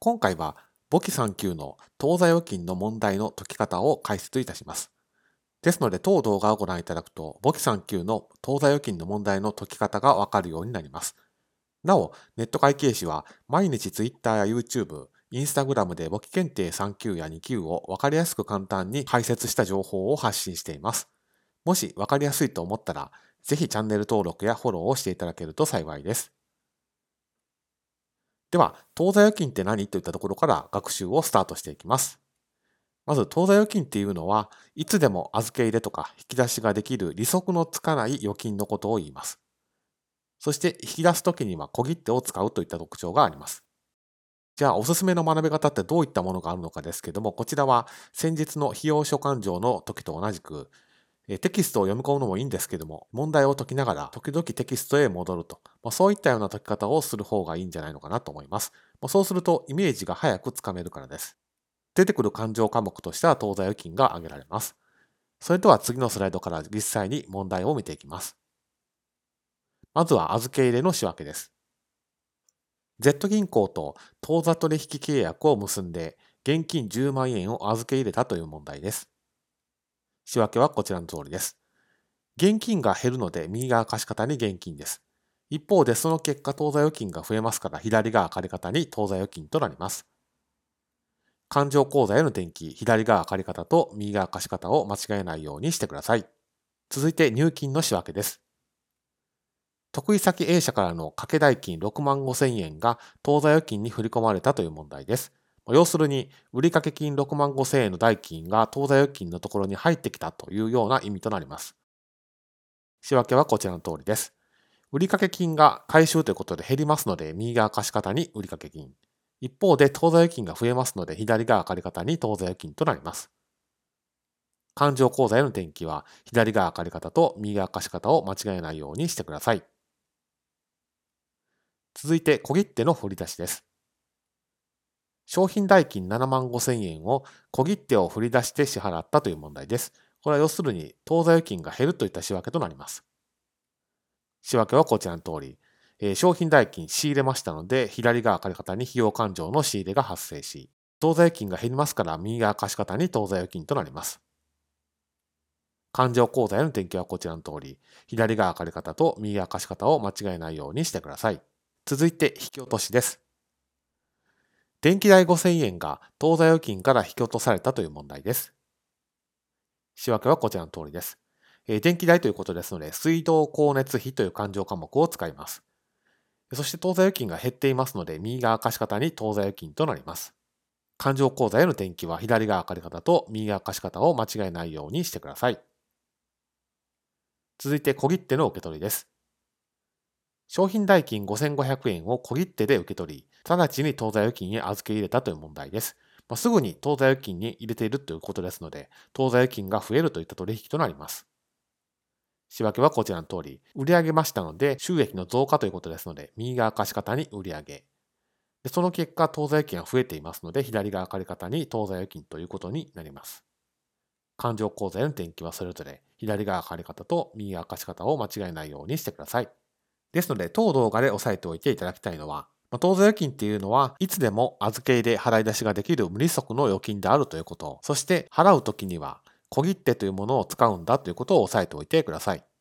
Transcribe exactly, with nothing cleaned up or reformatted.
今回は簿記さん級の当座預金の問題の解き方を解説いたします。ですので、当動画をご覧いただくと、簿記さん級の当座預金の問題の解き方がわかるようになります。なお、ネット会計士は毎日 Twitter や YouTube、Instagram で簿記検定さん級やに級をわかりやすく簡単に解説した情報を発信しています。もしわかりやすいと思ったら、ぜひチャンネル登録やフォローをしていただけると幸いです。では、当座預金って何といったところから学習をスタートしていきます。まず、当座預金っていうのは、いつでも預け入れとか引き出しができる利息のつかない預金のことを言います。そして、引き出すときには小切手を使うといった特徴があります。じゃあ、おすすめの学び方ってどういったものがあるのかですけども、こちらは先日の費用所勘定の時と同じく、テキストを読み込むのもいいんですけども、問題を解きながら時々テキストへ戻ると、まあ、そういったような解き方をする方がいいんじゃないのかなと思います。まあ、そうするとイメージが早くつかめるからです。出てくる勘定科目としては当座預金が挙げられます。それでは次のスライドから実際に問題を見ていきます。まずは預け入れの仕分けです。Z 銀行と当座取引契約を結んで現金じゅうまんえんを預け入れたという問題です。仕分けはこちらの通りです。現金が減るので右側貸方に現金です。一方でその結果当座預金が増えますから左側借方に当座預金となります。勘定口座への転記、左側借方と右側貸方を間違えないようにしてください。続いて入金の仕分けです。得意先 A 社からの掛け代金ろくまんごせんえんが当座預金に振り込まれたという問題です。要するに、売掛金ろくまんごせんえんの代金が当座預金のところに入ってきたというような意味となります。仕分けはこちらの通りです。売掛金が回収ということで減りますので、右側貸方に売掛金。一方で当座預金が増えますので、左側借方に当座預金となります。勘定口座への転記は、左側借方と右側貸方を間違えないようにしてください。続いて小切手の振り出しです。商品代金ななまんごせんえんを小切手を振り出して支払ったという問題です。これは要するに当座預金が減るといった仕分けとなります。仕分けはこちらの通り、えー、商品代金仕入れましたので、左側借方に費用勘定の仕入れが発生し、当座預金が減りますから右側貸方に当座預金となります。勘定口座への転記はこちらの通り、左側借方と右側貸方を間違えないようにしてください。続いて引き落としです。電気代ごせんえんが当座預金から引き落とされたという問題です。仕分けはこちらの通りです。えー、電気代ということですので、水道光熱費という勘定科目を使います。そして当座預金が減っていますので、右側貸方に当座預金となります。勘定口座への転記は左側借方と右側貸方を間違えないようにしてください。続いて小切手の受け取りです。商品代金ごせんごひゃくえんを小切手で受け取り、直ちに当座預金へ預け入れたという問題です。まあ、すぐに当座預金に入れているということですので、当座預金が増えるといった取引となります。仕分けはこちらの通り、売上ましたので収益の増加ということですので、右側貸方に売上。でその結果、当座預金が増えていますので、左側借方に当座預金ということになります。勘定口座への転記はそれぞれ、左側借方と右側貸方を間違えないようにしてください。ですので、当動画で押さえておいていただきたいのは、当座預金っていうのはいつでも預け入れ払い出しができる無利息の預金であるということ、そして払うときには小切手というものを使うんだということを押さえておいてください。